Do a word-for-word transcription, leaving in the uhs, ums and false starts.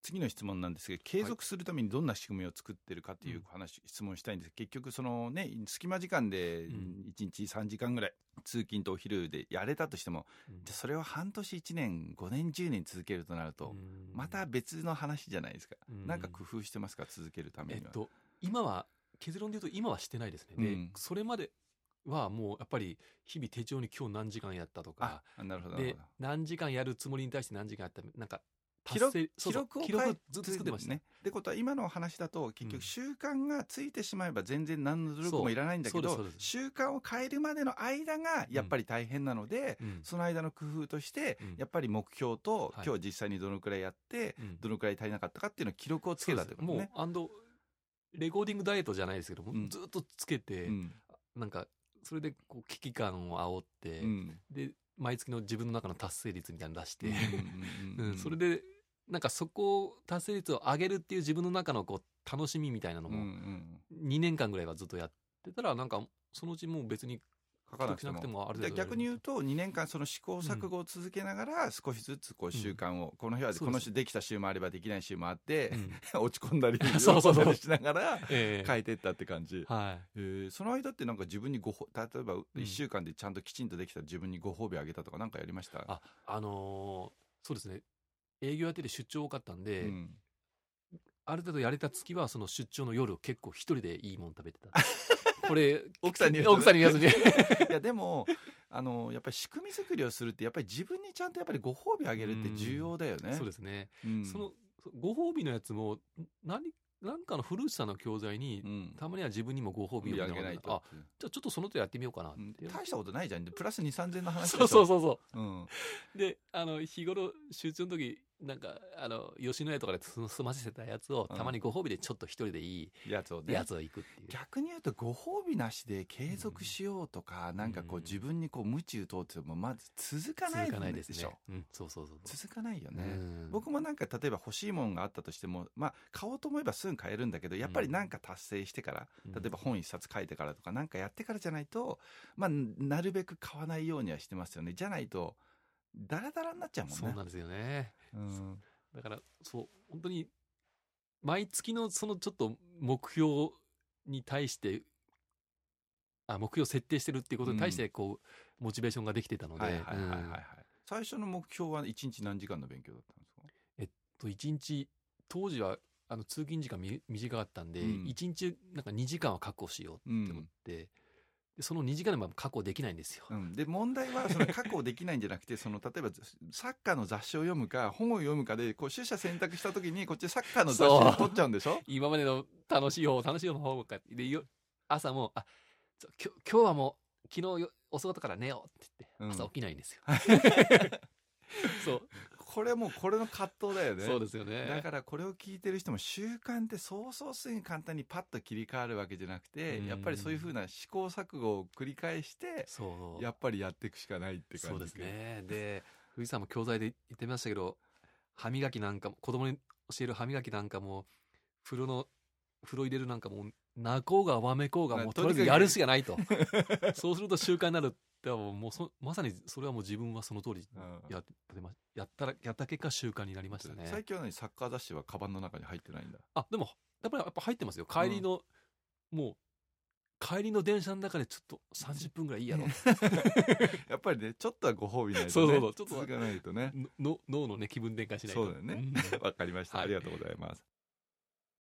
次の質問なんですけど、継続するためにどんな仕組みを作ってるかという話、質問したいんです。結局そのね、隙間時間でいちにちさんじかんぐらい通勤とお昼でやれたとしても、 うんじゃそれを半年いちねんごねんじゅうねん続けるとなると、 うんまた別の話じゃないですか。 うんなんか工夫してますか、続けるためには。 えっと今は結論で言うと今はしてないですね。で、 うんそれまではもうやっぱり日々手帳に今日何時間やったとか、 あ、なるほどなるでほど。 何時間やるつもりに対して何時間やったなんか記録達成そうそう記録を記録書いずっと作ってましたね。ってことは今のお話だと結うん局習慣がついてしまえば全然何の努力もいらないんだけど、 そうそうですそうです習慣を変えるまでの間がやっぱり大変なので、 うんその間の工夫としてうんやっぱり目標とはい今日実際にどのくらいやってうんどのくらい足りなかったかっていうのを記録をつけたってこともうね。 アンドレコーディングダイエットじゃないですけども、 うんずっとつけて、 うんなんかそれでこう危機感を煽って、 うんで毎月の自分の中の達成率みたいなの出して、 うんうんうんうんそれでなんかそこを達成率を上げるっていう自分の中のこう楽しみみたいなのうんうもんにねんかんぐらいはずっとやってたら、なんかそのうちもう別に書かなくて記録しなくてももある程度で逆に言うとにねんかんその試行錯誤を続けながら少しずつこう習慣を、この日はそうですこの週できた週もあればできない週もあって、 うん落ち込んだりそうそうそう喜んだりしながらええ変えていったって感じ、 はいえーその間ってなんか自分にごほ例えばいっしゅうかんでちゃんときちんとできたら自分にご褒美あげたとかなんかやりました？ ああのーそうですね、営業やってて出張多かったんで、 うんある程度やれた月はその出張の夜結構一人でいいもん食べてたこれ奥さんに言うとね奥さんに言わずにいやでもあのやっぱり仕組み作りをするってやっぱり自分にちゃんとやっぱりご褒美あげるって重要だよね。 そうですね、 うんそのご褒美のやつも何なんかの古内さんの教材に、 うんたまには自分にもご褒美をあみたいなげないとあじゃあちょっとその手やってみようかなっうんて、 大したことないじゃん。プラスに、さんぜんの話でしょ。 そうそうそうそうんうであの日頃出張の時なんかあの吉野家とかで済ませてたやつをうんたまにご褒美でちょっと一人でいいやつをね。 やつを行くっていう、 逆に言うとご褒美なしで継続しようとか、なんかこううん自分にこう無知打とうってもまず続かない続かないでねですしょ。 うん、そうそうそう続かないよね、 うん僕もなんか例えば欲しいものがあったとしても、まあ、買おうと思えばすぐ買えるんだけどやっぱりなんか達成してから、 うん例えば本一冊書いてからとかなんかやってからじゃないと、まあ、なるべく買わないようにはしてますよね。じゃないとダラダラになっちゃうもんね。 そうなんですよね。 うんだからそう本当に毎月のそのちょっと目標に対してあ目標を設定してるっていうことに対してこう、モチベーションができてたので、 はいはいはいはい、はいうん最初の目標はいちにち何時間の勉強だったんですか？ といちにち当時はあの通勤時間み短かったんで、 うんいちにちなんかにじかんは確保しようって思って、でそのにじかんでも確保できないんですよ。 うん、で問題はその確保できないんじゃなくてその例えばサッカーの雑誌を読むか本を読むかでこう取捨選択した時にこっちサッカーの雑誌を取っちゃうんでしょ。 今までの楽しい方楽しい方の方かでよ朝もあちょ今日今日はもう昨日よ遅かったから寝ようって言って朝起きないんですよ。そうこれもうこれの葛藤だよね。 そうですよね。 だからこれを聞いてる人も習慣ってそうそうすぐに簡単にパッと切り替わるわけじゃなくて、 うんやっぱりそういうふうな試行錯誤を繰り返してそうやっぱりやっていくしかないって感じ。 そうですね。で藤井さんも教材で言ってましたけど、歯磨きなんかも子供に教える歯磨きなんかも風呂の風呂入れるなんかも泣こうがわめこうがもうとりあえずやるしかないとそうすると習慣になるってもうそまさにそれはもう自分はその通りうんやってまやったらやった結果習慣になりましたね。 最近は何サッカー雑誌はカバンの中に入ってないんだ。 あでもやっぱりやっぱ入ってますよ。帰りの、もう帰りの電車の中でちょっとさんじゅっぷんぐらいいいやろやっぱりねちょっとはご褒美ないとねそうそうそうちょっとは続かないとね。 の脳のね気分転換しないと。 そうだよねんわかりました、 はいありがとうございます。